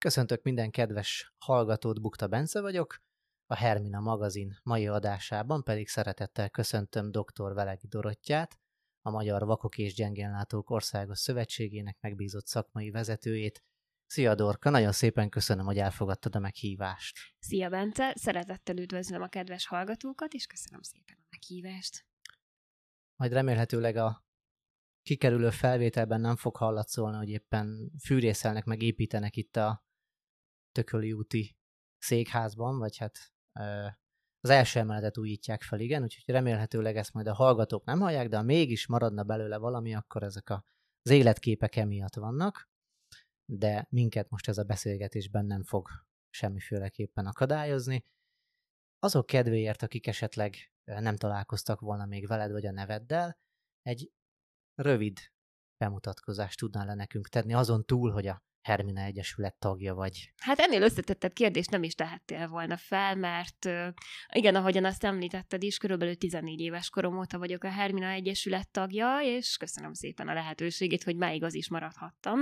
Köszöntök minden kedves hallgatót, Bukta Bence vagyok. A Hermina magazin mai adásában pedig szeretettel köszöntöm dr. Velegi Dorottyát, a Magyar Vakok és Gyengénlátók Országos Szövetségének megbízott szakmai vezetőjét. Szia Dorka, nagyon szépen köszönöm, hogy elfogadtad a meghívást. Szia Bence, szeretettel üdvözlöm a kedves hallgatókat, és köszönöm szépen a meghívást. Majd remélhetőleg a kikerülő felvételben nem fog hallatszolni, hogy éppen fűrészelnek, meg építenek itt a Tököli úti székházban, vagy hát az első emeletet újítják fel, igen, úgyhogy remélhetőleg ezt majd a hallgatók nem hallják, de ha mégis maradna belőle valami, akkor ezek az életképek emiatt vannak, de minket most ez a beszélgetésben nem fog semmiféleképpen akadályozni. Azok kedvéért, akik esetleg nem találkoztak volna még veled vagy a neveddel, egy rövid bemutatkozást tudnál le nekünk tenni, azon túl, hogy a Hermina Egyesület tagja vagy. Hát ennél összetettebb kérdést nem is tehettél volna fel, mert igen, ahogyan azt említetted is, körülbelül 14 éves korom óta vagyok a Hermina Egyesület tagja, és köszönöm szépen a lehetőségét, hogy máig az is maradhattam.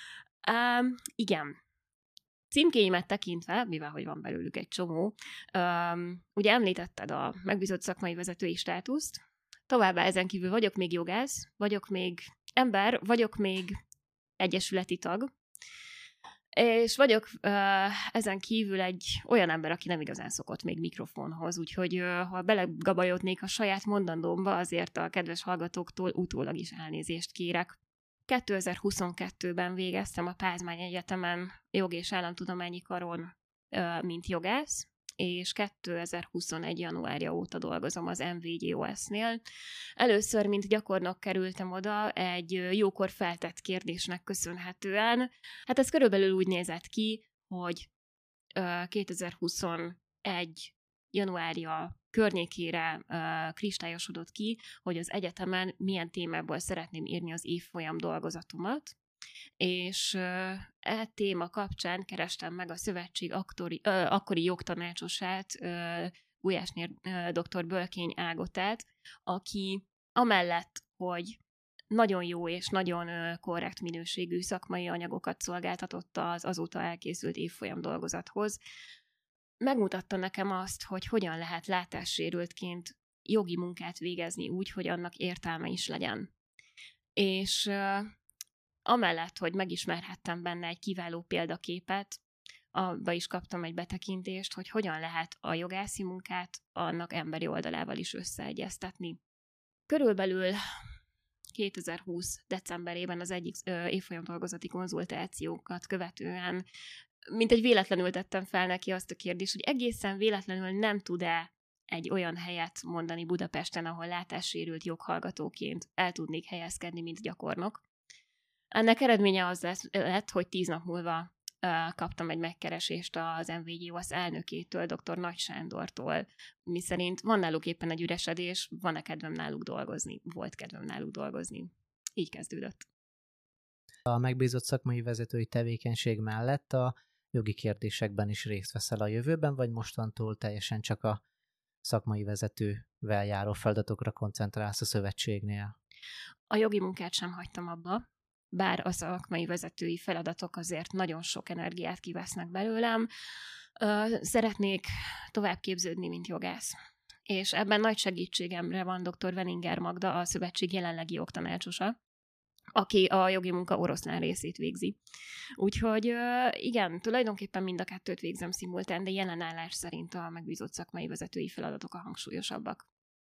Igen. Címkéimet tekintve, mivel hogy van belőlük egy csomó, ugye említetted a megbízott szakmai vezetői státuszt, továbbá ezen kívül vagyok még jogász, vagyok még ember, vagyok még egyesületi tag, és vagyok ezen kívül egy olyan ember, aki nem igazán szokott még mikrofonhoz, úgyhogy ha belegabajodnék a saját mondandómba, azért a kedves hallgatóktól utólag is elnézést kérek. 2022-ben végeztem a Pázmány Egyetemen jog- és államtudományi karon, mint jogász, és 2021. januárja óta dolgozom az MVGOS-nél. Először, mint gyakornok kerültem oda egy jókor feltett kérdésnek köszönhetően. Hát ez körülbelül úgy nézett ki, hogy 2021. januárja környékére kristályosodott ki, hogy az egyetemen milyen témából szeretném írni az évfolyam dolgozatomat, és téma kapcsán kerestem meg a szövetség akkori jogtanácsosát, Gulyásné dr. Bölkény Ágotát, aki amellett, hogy nagyon jó és nagyon korrekt minőségű szakmai anyagokat szolgáltatott az azóta elkészült évfolyam dolgozathoz, megmutatta nekem azt, hogy hogyan lehet látássérültként jogi munkát végezni úgy, hogy annak értelme is legyen. És amellett, hogy megismerhettem benne egy kiváló példaképet, abba is kaptam egy betekintést, hogy hogyan lehet a jogászi munkát annak emberi oldalával is összeegyeztetni. Körülbelül 2020. decemberében az egyik évfolyam dolgozati konzultációkat követően mint egy véletlenül tettem fel neki azt a kérdést, hogy egészen véletlenül nem tud-e egy olyan helyet mondani Budapesten, ahol látássérült joghallgatóként el tudnék helyezkedni, mint gyakornok. Ennek eredménye az lett, hogy 10 nap múlva kaptam egy megkeresést az MVGOS elnökétől, dr. Nagy Sándortól, miszerint van náluk éppen egy üresedés, van-e kedvem náluk dolgozni? Volt kedvem náluk dolgozni. Így kezdődött. A megbízott szakmai vezetői tevékenység mellett a jogi kérdésekben is részt veszel a jövőben, vagy mostantól teljesen csak a szakmai vezetővel járó feladatokra koncentrálsz a szövetségnél? A jogi munkát sem hagytam abba, bár a szakmai vezetői feladatok azért nagyon sok energiát kivesznek belőlem. Szeretnék tovább képződni, mint jogász. És ebben nagy segítségemre van dr. Veninger Magda, a szövetség jelenlegi jogtanácsosa, aki a jogi munka oroszlán részét végzi. Úgyhogy igen, tulajdonképpen mind a kettőt végzem szimultán, de jelenállás szerint a megbízott szakmai vezetői feladatok a hangsúlyosabbak.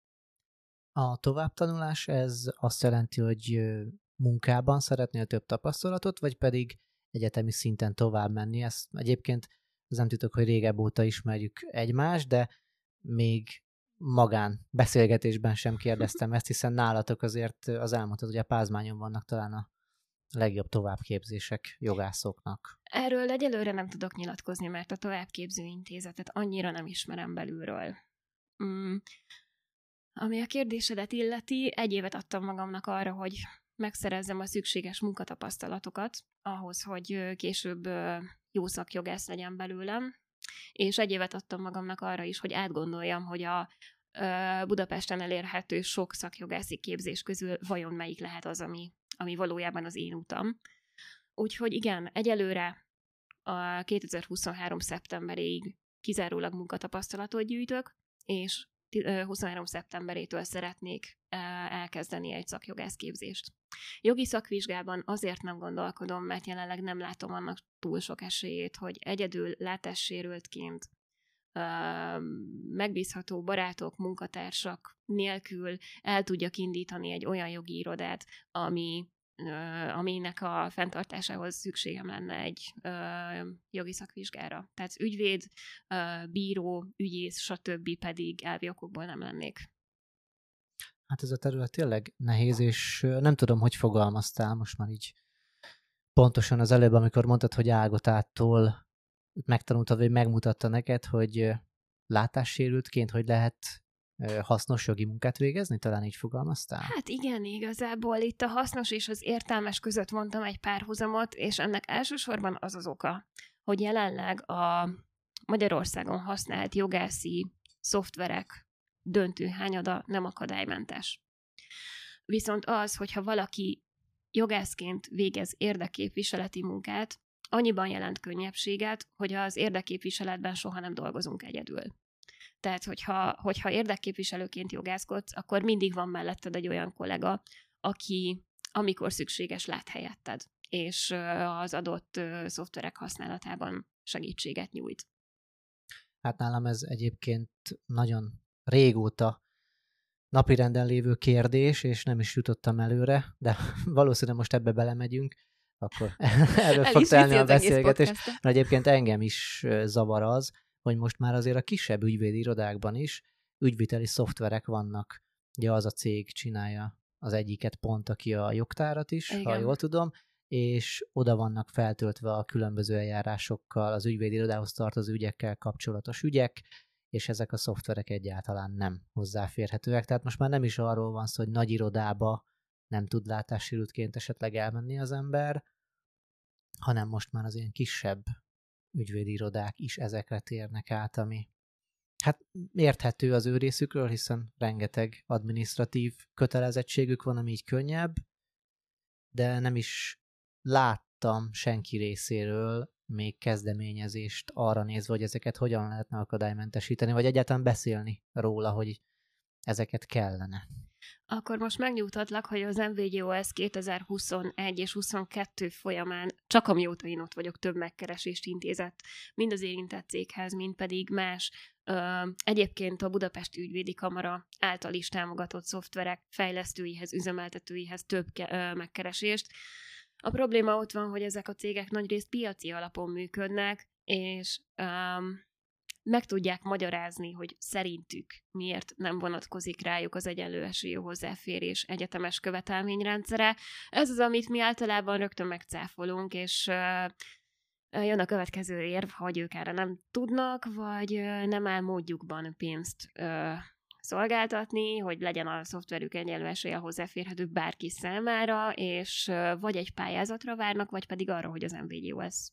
A továbbtanulás, ez azt jelenti, hogy munkában szeretnél több tapasztalatot, vagy pedig egyetemi szinten tovább menni? Ezt egyébként nem titok, hogy régebb óta ismerjük egymást, de még magán beszélgetésben sem kérdeztem ezt, hiszen nálatok azért az elmondtad, hogy a Pázmányon vannak talán a legjobb továbbképzések jogászoknak. Erről egyelőre nem tudok nyilatkozni, mert a továbbképző intézetet annyira nem ismerem belülről. Ami a kérdésedet illeti, 1 évet adtam magamnak arra, hogy megszerezzem a szükséges munkatapasztalatokat ahhoz, hogy később jó szakjogász legyen belőlem, és 1 évet adtam magamnak arra is, hogy átgondoljam, hogy a Budapesten elérhető sok szakjogászi képzés közül vajon melyik lehet az, ami valójában az én utam. Úgyhogy igen, egyelőre a 2023. szeptemberéig kizárólag munkatapasztalatot gyűjtök, és 23. szeptemberétől szeretnék elkezdeni egy szakjogászképzést. Jogi szakvizsgában azért nem gondolkodom, mert jelenleg nem látom annak túl sok esélyét, hogy egyedül látássérültként megbízható barátok, munkatársak nélkül el tudjak indítani egy olyan jogi irodát, aminek a fenntartásához szükségem lenne egy jogi szakvizsgára. Tehát ügyvéd, bíró, ügyész, stb. Pedig elvi okokból nem lennék. Hát ez a terület tényleg nehéz, és nem tudom, hogy fogalmaztál most már így pontosan az előbb, amikor mondtad, hogy Ágotától megtanultad, vagy megmutatta neked, hogy látássérültként hogy lehet hasznos jogi munkát végezni? Talán így fogalmaztál? Hát igen, igazából itt a hasznos és az értelmes között mondtam egy párhuzamot, és ennek elsősorban az az oka, hogy jelenleg a Magyarországon használt jogászi szoftverek döntő hányada nem akadálymentes. Viszont az, hogyha valaki jogászként végez érdekképviseleti munkát, annyiban jelent könnyebbséget, hogy az érdekképviseletben soha nem dolgozunk egyedül. Tehát, hogyha érdekképviselőként jogászkodsz, akkor mindig van melletted egy olyan kollega, aki amikor szükséges lát helyetted, és az adott szoftverek használatában segítséget nyújt. Hát nálam ez egyébként nagyon régóta napirenden lévő kérdés, és nem is jutottam előre, de valószínűleg most ebbe belemegyünk, akkor erről fog telni a beszélgetés. Mert egyébként engem is zavar az, hogy most már azért a kisebb ügyvédi irodákban is ügyviteli szoftverek vannak. Ugye az a cég csinálja az egyiket pont, aki a jogtárat is, igen, ha jól tudom, és oda vannak feltöltve a különböző eljárásokkal, az ügyvédi irodához tartozó ügyekkel kapcsolatos ügyek, és ezek a szoftverek egyáltalán nem hozzáférhetőek. Tehát most már nem is arról van szó, hogy nagy irodába nem tud látássérültként esetleg elmenni az ember, hanem most már az ilyen kisebb ügyvédi irodák is ezekre térnek át, ami hát érthető az ő részükről, hiszen rengeteg adminisztratív kötelezettségük van, ami így könnyebb, de nem is láttam senki részéről még kezdeményezést arra nézve, hogy ezeket hogyan lehetne akadálymentesíteni, vagy egyáltalán beszélni róla, hogy ezeket kellene. Akkor most megnyugtatlak, hogy az MVGOS 2021 és 22 folyamán, csak amióta én ott vagyok, több megkeresést intézett, mind az érintett céghez, mind pedig más, egyébként a Budapesti Ügyvédi Kamara által is támogatott szoftverek fejlesztőihez, üzemeltetőihez több megkeresést. A probléma ott van, hogy ezek a cégek nagyrészt piaci alapon működnek, és meg tudják magyarázni, hogy szerintük miért nem vonatkozik rájuk az egyenlő esélyű hozzáférés egyetemes követelményrendszere. Ez az, amit mi általában rögtön megcáfolunk, és jön a következő érv, hogy ők erre nem tudnak, vagy nem áll módjukban pénzt szolgáltatni, hogy legyen a szoftverük egyenlő eséllyel hozzáférhető bárki számára, és vagy egy pályázatra várnak, vagy pedig arra, hogy az MVGOS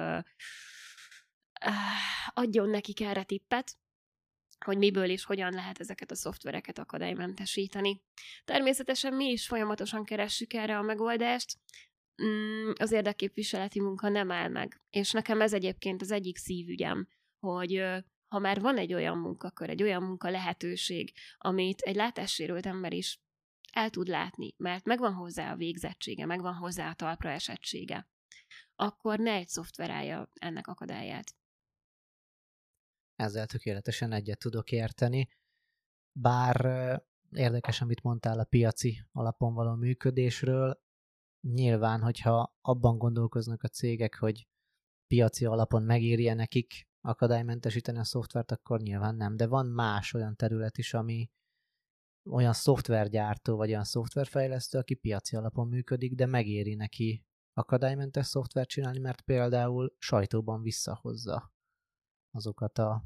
adjon nekik erre tippet, hogy miből és hogyan lehet ezeket a szoftvereket akadálymentesíteni. Természetesen mi is folyamatosan keressük erre a megoldást, az érdekképviseleti munka nem áll meg. És nekem ez egyébként az egyik szívügyem, hogy ha már van egy olyan munkakör, egy olyan munka lehetőség, amit egy látássérült ember is el tud látni, mert megvan hozzá a végzettsége, megvan hozzá a talpra esettsége, akkor ne egy szoftver állja ennek akadályát. Ezzel tökéletesen egyet tudok érteni. Bár érdekes, amit mondtál a piaci alapon való működésről, nyilván, hogyha abban gondolkoznak a cégek, hogy piaci alapon megérje nekik akadálymentesíteni a szoftvert, akkor nyilván nem. De van más olyan terület is, ami olyan szoftvergyártó, vagy olyan szoftverfejlesztő, aki piaci alapon működik, de megéri neki akadálymentes szoftvert csinálni, mert például sajtóban visszahozza azokat a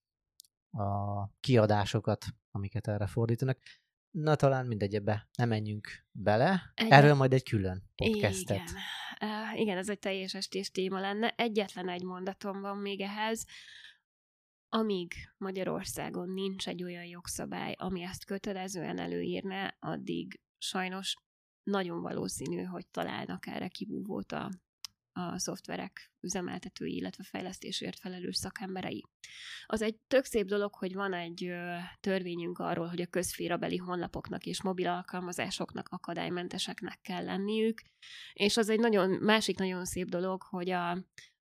kiadásokat, amiket erre fordítanak. Na, talán mindegy, ebbe nem menjünk bele. Erről majd egy külön podcastet. Igen, ez egy teljes estés téma lenne. Egyetlen egy mondatom van még ehhez. Amíg Magyarországon nincs egy olyan jogszabály, ami ezt kötelezően előírná, addig sajnos nagyon valószínű, hogy találnak erre kibúvót a a szoftverek üzemeltetői, illetve fejlesztésért felelős szakemberei. Az egy tök szép dolog, hogy van egy törvényünk arról, hogy a közszférabeli honlapoknak és mobil alkalmazásoknak akadálymenteseknek kell lenniük, és az egy másik nagyon szép dolog, hogy a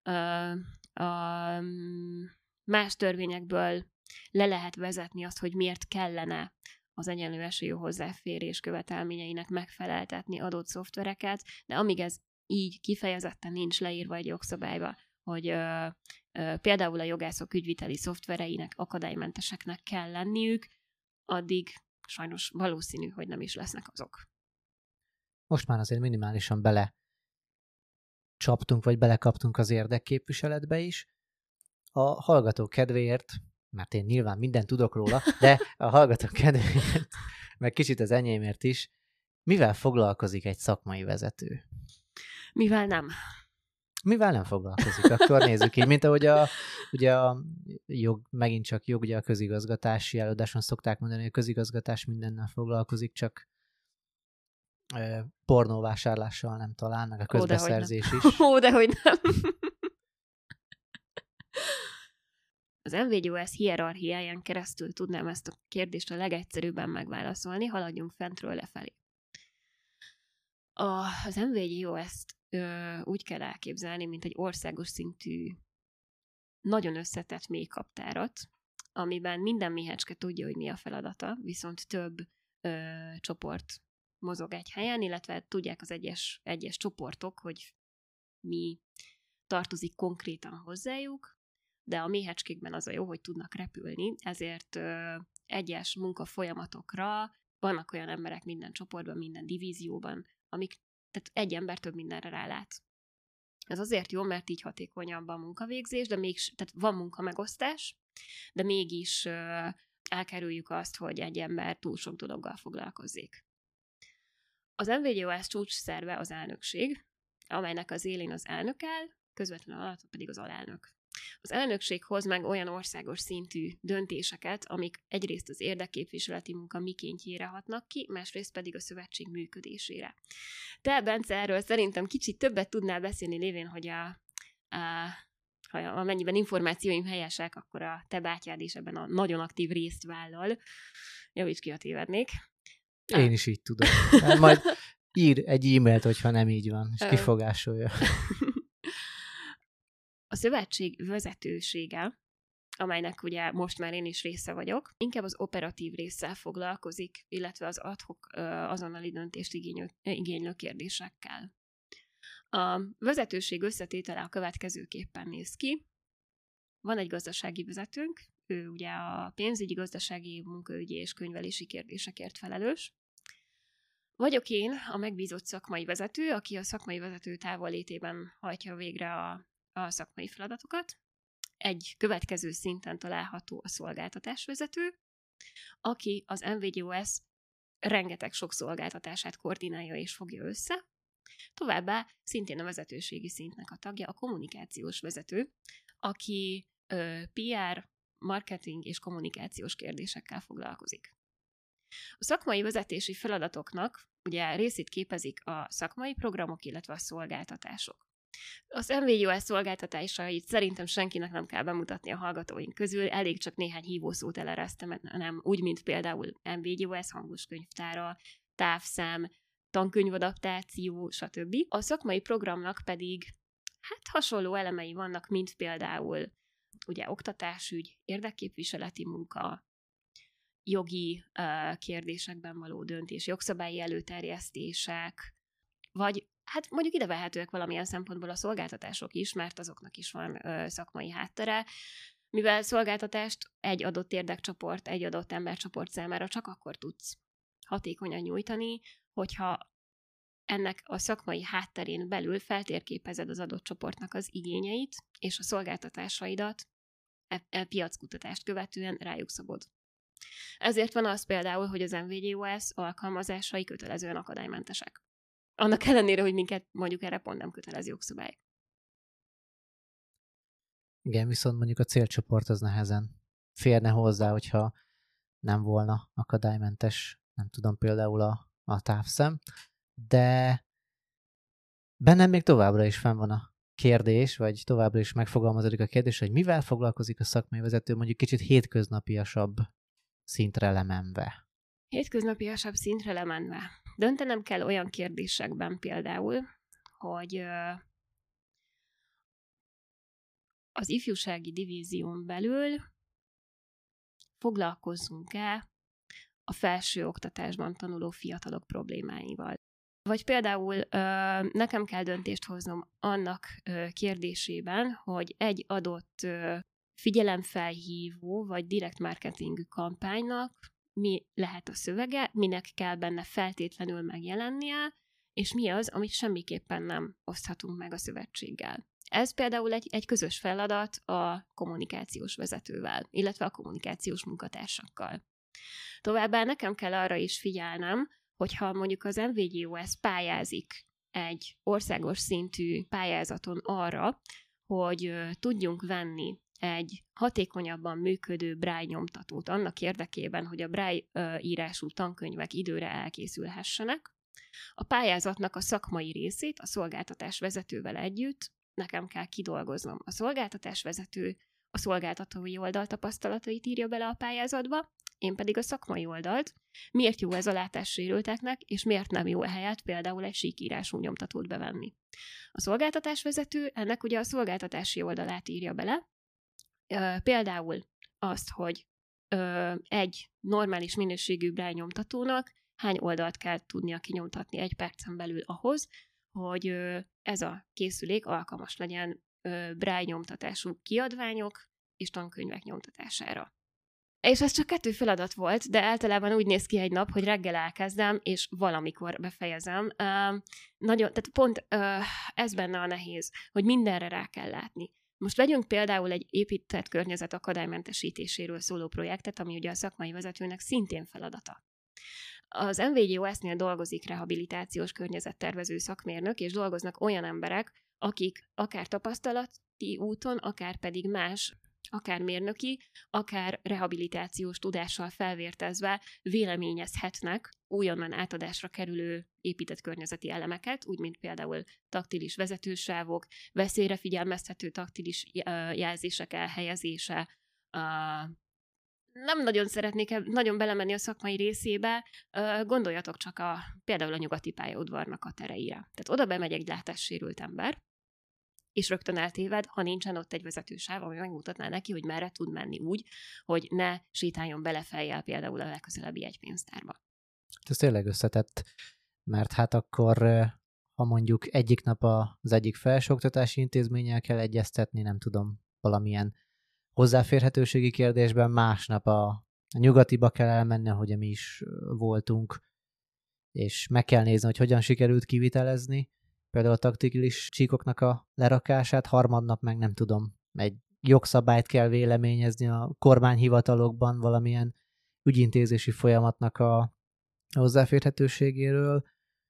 más törvényekből le lehet vezetni azt, hogy miért kellene az egyenlő esélyű hozzáférés követelményeinek megfeleltetni adott szoftvereket, de amíg ez így kifejezetten nincs leírva egy jogszabályba, hogy például a jogászok ügyviteli szoftvereinek akadálymenteseknek kell lenniük, addig sajnos valószínű, hogy nem is lesznek azok. Most már azért minimálisan belecsaptunk, vagy belekaptunk az érdekképviseletbe is. A hallgatók kedvéért, mert én nyilván mindent tudok róla, de a hallgatók kedvéért, meg kicsit az enyémért is, mivel foglalkozik egy szakmai vezető? Mivel nem. Mivel nem foglalkozik? Akkor nézzük így, mint ahogy ugye a jog, megint csak jog, ugye a közigazgatási előadáson szokták mondani, hogy a közigazgatás mindennel foglalkozik, csak pornóvásárlással nem talán, meg a közbeszerzés is. Ó, dehogy nem. Az NVGOS hierarchiáján keresztül tudnám ezt a kérdést a legegyszerűbben megválaszolni, haladjunk fentről lefelé. Az NVGOS-t úgy kell elképzelni, mint egy országos szintű, nagyon összetett mély kaptárat, amiben minden méhecske tudja, hogy mi a feladata, viszont több csoport mozog egy helyen, illetve tudják az egyes csoportok, hogy mi tartozik konkrétan hozzájuk, de a méhecskékben az a jó, hogy tudnak repülni, ezért egyes munkafolyamatokra vannak olyan emberek minden csoportban, minden divízióban, tehát egy ember több mindenre rálát. Ez azért jó, mert így hatékonyabb a munkavégzés, tehát van munkamegosztás, de mégis elkerüljük azt, hogy egy ember túl sok dologgal foglalkozzék. Az NVGOS csúcs szerve az elnökség, amelynek az élén az elnök áll, közvetlenül alatt pedig az alelnök. Az elnökség hoz meg olyan országos szintű döntéseket, amik egyrészt az érdekképviseleti munka mikéntjére hatnak ki, másrészt pedig a szövetség működésére. Te, Bence, erről szerintem kicsit többet tudnál beszélni lévén, hogy amennyiben információim helyesek, akkor a te bátyád is ebben a nagyon aktív részt vállal. Javíts ki, ha tévednék. Én is így tudom. Majd ír egy e-mailt, hogyha nem így van, és kifogásolja. A szövetség vezetősége, amelynek ugye most már én is része vagyok, inkább az operatív résszel foglalkozik, illetve az ad hoc azonnali döntést igénylő kérdésekkel. A vezetőség összetétele a következőképpen néz ki. Van egy gazdasági vezetőnk, ő ugye a pénzügyi, gazdasági, munkaügyi és könyvelési kérdésekért felelős. Vagyok én a megbízott szakmai vezető, aki a szakmai vezető távollétében hajtja végre a szakmai feladatokat. Egy következő szinten található a szolgáltatásvezető, aki az NVGOS rengeteg sok szolgáltatását koordinálja és fogja össze. Továbbá szintén a vezetőségi szintnek a tagja a kommunikációs vezető, aki PR, marketing és kommunikációs kérdésekkel foglalkozik. A szakmai vezetési feladatoknak ugye részét képezik a szakmai programok, illetve a szolgáltatások. Az NVGOS szolgáltatásait szerintem senkinek nem kell bemutatni a hallgatóink közül, elég csak néhány hívószót eleresztem, nem úgy, mint például NVGOS hangos könyvtára, távszám, tankönyvadaptáció, stb. A szakmai programnak pedig hasonló elemei vannak, mint például ugye oktatásügy, érdekképviseleti munka, jogi kérdésekben való döntés, jogszabályi előterjesztések, vagy mondjuk ide vehetőek valamilyen szempontból a szolgáltatások is, mert azoknak is van szakmai háttere, mivel szolgáltatást egy adott érdekcsoport, egy adott embercsoport számára csak akkor tudsz hatékonyan nyújtani, hogyha ennek a szakmai hátterén belül feltérképezed az adott csoportnak az igényeit, és a szolgáltatásaidat piackutatást követően rájuk szabod. Ezért van az például, hogy az NVGOS alkalmazásai kötelezően akadálymentesek. Annak ellenére, hogy minket mondjuk erre pont nem kötelező jogszabály. Igen, viszont mondjuk a célcsoport az nehezen férne hozzá, hogyha nem volna akadálymentes, nem tudom, például a távszem, de bennem még továbbra is fenn van a kérdés, vagy továbbra is megfogalmazódik a kérdés, hogy mivel foglalkozik a szakmai vezető mondjuk kicsit hétköznapiasabb szintre lemenve. Hétköznapiasabb szintre lemenve. Döntenem kell olyan kérdésekben például, hogy az ifjúsági divízión belül foglalkozzunk-e a felső oktatásban tanuló fiatalok problémáival. Vagy például nekem kell döntést hoznom annak kérdésében, hogy egy adott figyelemfelhívó vagy direkt marketing kampánynak mi lehet a szövege, minek kell benne feltétlenül megjelennie, és mi az, amit semmiképpen nem oszthatunk meg a szövetséggel. Ez például egy közös feladat a kommunikációs vezetővel, illetve a kommunikációs munkatársakkal. Továbbá nekem kell arra is figyelnem, hogyha mondjuk az MVGOS pályázik egy országos szintű pályázaton arra, hogy tudjunk venni egy hatékonyabban működő Braille nyomtatót annak érdekében, hogy a Braille írású tankönyvek időre elkészülhessenek, a pályázatnak a szakmai részét a szolgáltatás vezetővel együtt nekem kell kidolgoznom. A szolgáltatás vezető a szolgáltatói oldal tapasztalatait írja bele a pályázatba, én pedig a szakmai oldalt, miért jó ez a látássérülteknek, és miért nem jó ehelyett például egy síkírású nyomtatót bevenni. A szolgáltatásvezető ennek ugye a szolgáltatási oldalát írja bele, például azt, hogy egy normális minőségű Braille nyomtatónak hány oldalt kell tudnia kinyomtatni egy percen belül ahhoz, hogy ez a készülék alkalmas legyen Braille nyomtatású kiadványok és tankönyvek nyomtatására. És ez csak 2 feladat volt, de általában úgy néz ki egy nap, hogy reggel elkezdem, és valamikor befejezem. Tehát pont ez benne a nehéz, hogy mindenre rá kell látni. Most vegyünk például egy épített környezet akadálymentesítéséről szóló projektet, ami ugye a szakmai vezetőnek szintén feladata. Az MVGOS-nél dolgozik rehabilitációs környezettervező szakmérnök, és dolgoznak olyan emberek, akik akár tapasztalati úton, akár pedig más, akár mérnöki, akár rehabilitációs tudással felvértezve véleményezhetnek újonnan átadásra kerülő épített környezeti elemeket, úgy, mint például taktilis vezetősávok, veszélyre figyelmeztető taktilis jelzések elhelyezése. Nem nagyon szeretnék nagyon belemenni a szakmai részébe, gondoljatok csak például a nyugati pályaudvarnak a tereire. Tehát oda bemegy egy látássérült ember, és rögtön eltéved, ha nincsen ott egy vezetősáv, ami megmutatná neki, hogy merre tud menni úgy, hogy ne sétáljon bele fejjel például a legközelebbi jegypénztárba. Ez tényleg összetett, mert hát akkor, ha mondjuk egyik nap az egyik felsőoktatási intézménnyel kell egyeztetni, nem tudom, valamilyen hozzáférhetőségi kérdésben, másnap a nyugatiba kell elmenni, ahogy mi is voltunk, és meg kell nézni, hogy hogyan sikerült kivitelezni, például a taktilis csíkoknak a lerakását, harmadnap meg nem tudom, egy jogszabályt kell véleményezni a kormányhivatalokban valamilyen ügyintézési folyamatnak a hozzáférhetőségéről.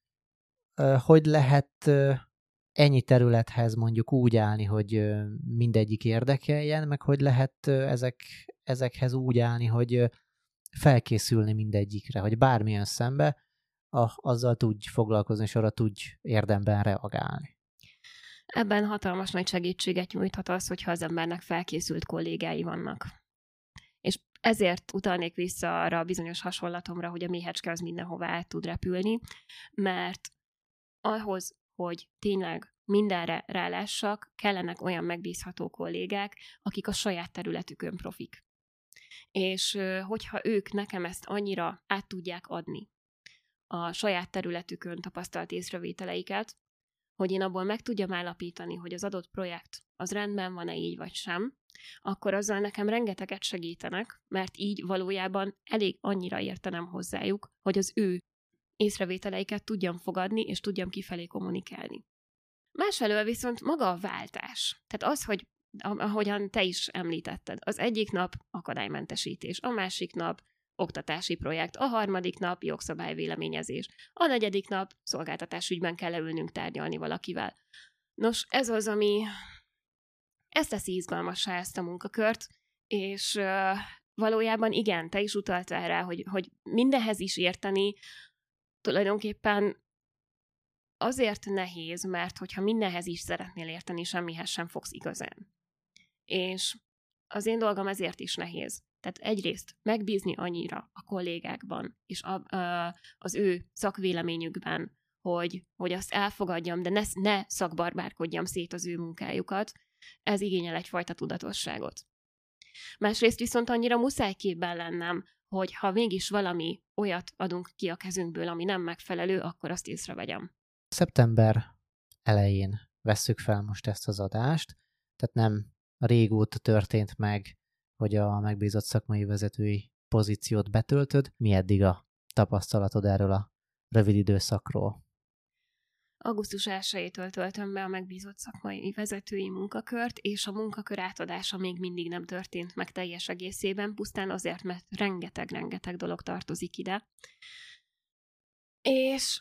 Hogy lehet ennyi területhez mondjuk úgy állni, hogy mindegyik érdekeljen, meg hogy lehet ezekhez úgy állni, hogy felkészülni mindegyikre, hogy bármilyen szembe, azzal tudj foglalkozni, és arra tudj érdemben reagálni. Ebben hatalmas nagy segítséget nyújthat az, hogyha az embernek felkészült kollégái vannak. És ezért utalnék vissza arra a bizonyos hasonlatomra, hogy a méhecske az mindenhová át tud repülni, mert ahhoz, hogy tényleg mindenre rálássak, kellenek olyan megbízható kollégák, akik a saját területükön profik. És hogyha ők nekem ezt annyira át tudják adni, a saját területükön tapasztalt észrevételeiket, hogy én abból meg tudjam állapítani, hogy az adott projekt az rendben van-e így vagy sem, akkor azzal nekem rengeteget segítenek, mert így valójában elég annyira értenem hozzájuk, hogy az ő észrevételeiket tudjam fogadni, és tudjam kifelé kommunikálni. Másfelől viszont maga a váltás. Tehát az, hogy ahogyan te is említetted, az egyik nap akadálymentesítés, a másik nap oktatási projekt, a harmadik nap jogszabályvéleményezés, a negyedik nap szolgáltatásügyben kell leülnünk tárgyalni valakivel. Nos, ez az, ami ezt teszi izgalmassá ezt a munkakört, és valójában igen, te is utaltál rá, hogy mindenhez is érteni tulajdonképpen azért nehéz, mert hogyha mindenhez is szeretnél érteni, semmihez sem fogsz igazán. És az én dolgom ezért is nehéz. Tehát egyrészt megbízni annyira a kollégákban, és az ő szakvéleményükben, hogy azt elfogadjam, de ne szakbarbárkodjam szét az ő munkájukat, ez igényel egyfajta tudatosságot. Másrészt viszont annyira muszáj képben lennem, hogy ha mégis valami olyat adunk ki a kezünkből, ami nem megfelelő, akkor azt észrevegyem. Szeptember elején vesszük fel most ezt az adást, tehát nem régóta történt meg, hogy a megbízott szakmai vezetői pozíciót betöltöd. Mi eddig a tapasztalatod erről a rövid időszakról? Augusztus 1-től töltöm be a megbízott szakmai vezetői munkakört, és a munkakör átadása még mindig nem történt meg teljes egészében, pusztán azért, mert rengeteg dolog tartozik ide. És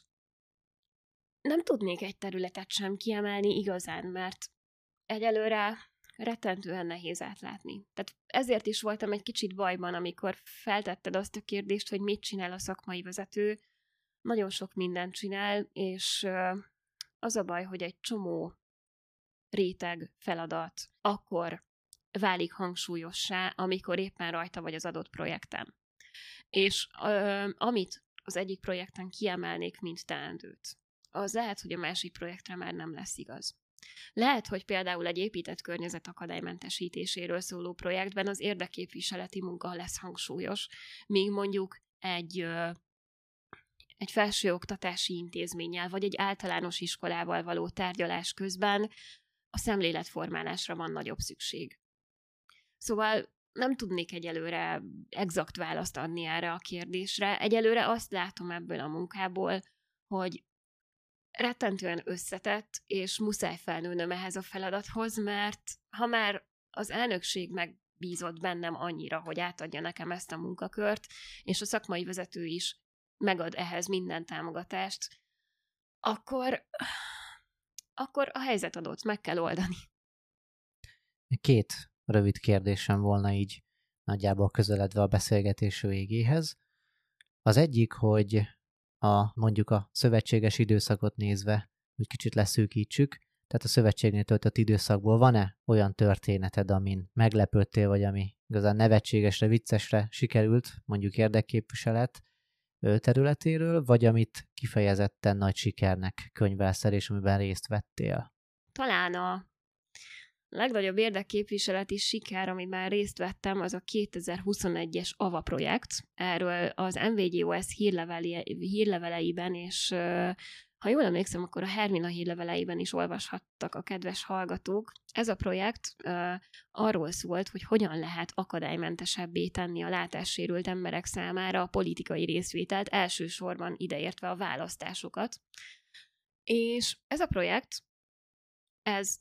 nem tudnék egy területet sem kiemelni igazán, mert egyelőre rettentően nehéz átlátni. Tehát ezért is voltam egy kicsit bajban, amikor feltetted azt a kérdést, hogy mit csinál a szakmai vezető. Nagyon sok mindent csinál, és az a baj, hogy egy csomó réteg feladat akkor válik hangsúlyossá, amikor éppen rajta vagy az adott projekten. És amit az egyik projekten kiemelnék, mint teendőt, az lehet, hogy a másik projektre már nem lesz igaz. Lehet, hogy például egy épített környezet akadálymentesítéséről szóló projektben az érdekképviseleti munka lesz hangsúlyos, míg mondjuk egy felsőoktatási intézménnyel, vagy egy általános iskolával való tárgyalás közben a szemléletformálásra van nagyobb szükség. Szóval nem tudnék egyelőre exakt választ adni erre a kérdésre. Egyelőre azt látom ebből a munkából, hogy rettentően összetett, és muszáj felnőnöm ehhez a feladathoz, mert ha már az elnökség megbízott bennem annyira, hogy átadja nekem ezt a munkakört, és a szakmai vezető is megad ehhez minden támogatást, akkor a helyzet adott, meg kell oldani. 2 rövid kérdésem volna így nagyjából közeledve a beszélgetés végéhez. Az egyik, hogy mondjuk a szövetséges időszakot nézve, hogy kicsit leszűkítsük, tehát a szövetségnél töltött időszakból van-e olyan történeted, amin meglepődtél, vagy ami igazán nevetségesre, viccesre sikerült, mondjuk érdekképviselet területéről, vagy amit kifejezetten nagy sikernek könyvelsz el, és amiben részt vettél? Talán a legnagyobb érdekképviseleti siker, amiben részt vettem, az a 2021-es AVA projekt. Erről az MVGOS hírleveleiben, és ha jól emlékszem, akkor a Hermina hírleveleiben is olvashattak a kedves hallgatók. Ez a projekt arról szólt, hogy hogyan lehet akadálymentesebbé tenni a látássérült emberek számára a politikai részvételt, elsősorban ideértve a választásokat. És ez a projekt, ez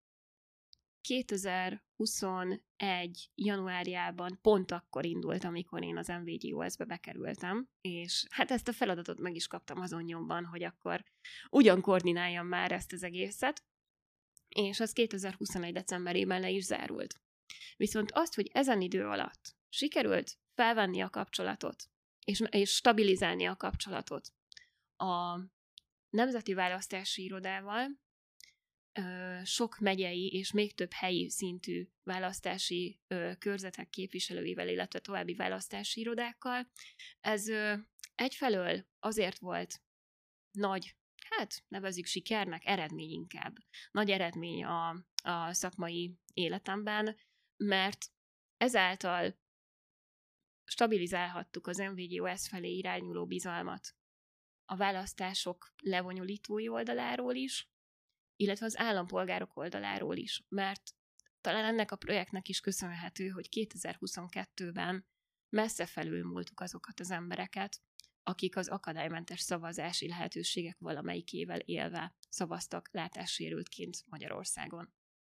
2021. januárjában pont akkor indult, amikor én az MVGOS-be bekerültem, és hát ezt a feladatot meg is kaptam azon nyomban, hogy akkor ugyan koordináljam már ezt az egészet, és az 2021. decemberében le is zárult. Viszont azt, hogy ezen idő alatt sikerült felvenni a kapcsolatot, és stabilizálni a kapcsolatot a Nemzeti Választási Irodával, sok megyei és még több helyi szintű választási körzetek képviselőivel, illetve további választási irodákkal. Ez egyfelől azért volt nagy, hát nevezzük sikernek, eredmény inkább. Nagy eredmény a szakmai életemben, mert ezáltal stabilizálhattuk az MVGOS felé irányuló bizalmat a választások lebonyolítói oldaláról is, illetve az állampolgárok oldaláról is, mert talán ennek a projektnek is köszönhető, hogy 2022-ben messze felülmúltuk azokat az embereket, akik az akadálymentes szavazási lehetőségek valamelyikével élve szavaztak látássérültként Magyarországon.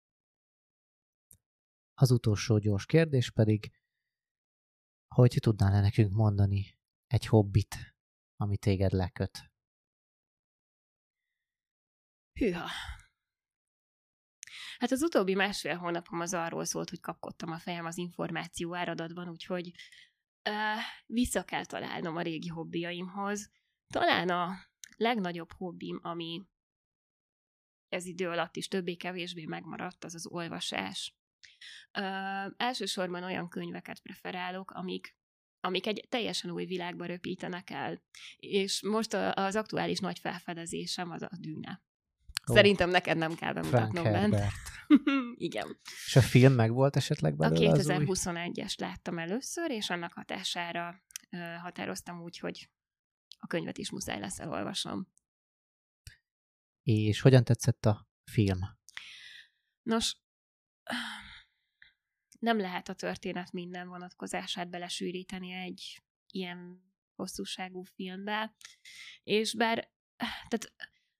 Az utolsó gyors kérdés pedig, hogy tudnál-e nekünk mondani egy hobbit, ami téged leköt? Hűha! Hát az utóbbi 1,5 hónapom az arról szólt, hogy kapkodtam a fejem az információ áradatban, úgyhogy vissza kell találnom a régi hobbiaimhoz. Talán a legnagyobb hobbim, ami ez idő alatt is többé-kevésbé megmaradt, az az olvasás. Elsősorban olyan könyveket preferálok, amik egy teljesen új világba röpítenek el. És most az aktuális nagy felfedezésem az a Dűne. Szerintem neked nem kell bemutatnom bent. Igen. És a film meg volt esetleg belőle? A 2021-es láttam először, és annak hatására határoztam úgy, hogy a könyvet is muszáj lesz elolvasnom. És hogyan tetszett a film? Nos, nem lehet a történet minden vonatkozását belesűríteni egy ilyen hosszúságú filmbe, és bár tehát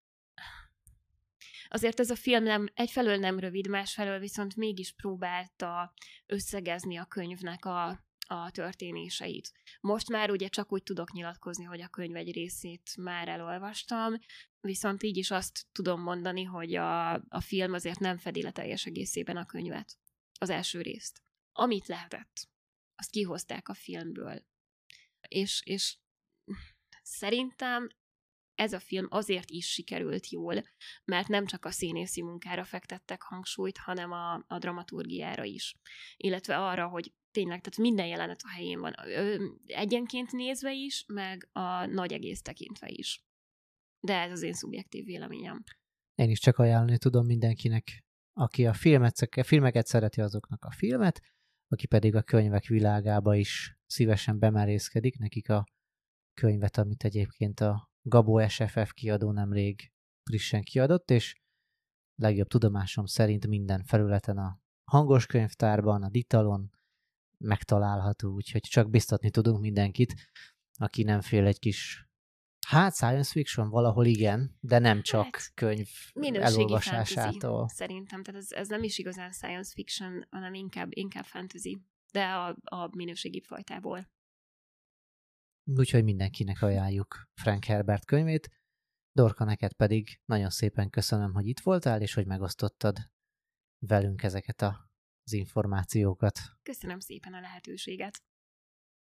azért ez a film egyfelől nem rövid, másfelől viszont mégis próbálta összegezni a könyvnek a történéseit. Most már ugye csak úgy tudok nyilatkozni, hogy a könyv egy részét már elolvastam, viszont így is azt tudom mondani, hogy a film azért nem fedi le teljes egészében a könyvet, az első részt. Amit lehetett, azt kihozták a filmből. És szerintem ez a film azért is sikerült jól, mert nem csak a színészi munkára fektettek hangsúlyt, hanem a dramaturgiára is. Illetve arra, hogy tényleg, tehát minden jelenet a helyén van. Egyenként nézve is, meg a nagy egész tekintve is. De ez az én szubjektív véleményem. Én is csak ajánlani tudom mindenkinek, aki a filmeket szereti, azoknak a filmet, aki pedig a könyvek világába is szívesen bemerészkedik, nekik a könyvet, amit egyébként a Gabó SFF kiadó nemrég frissen kiadott, és legjobb tudomásom szerint minden felületen a hangos könyvtárban, a Ditalon megtalálható, úgyhogy csak biztatni tudunk mindenkit, aki nem fél egy kis, science fiction valahol igen, de nem csak könyv elolvasásától. Fantasy, szerintem, tehát ez nem is igazán science fiction, hanem inkább fantasy, de a minőségi fajtából. Úgyhogy mindenkinek ajánljuk Frank Herbert könyvét. Dorka, neked pedig nagyon szépen köszönöm, hogy itt voltál, és hogy megosztottad velünk ezeket az információkat. Köszönöm szépen a lehetőséget.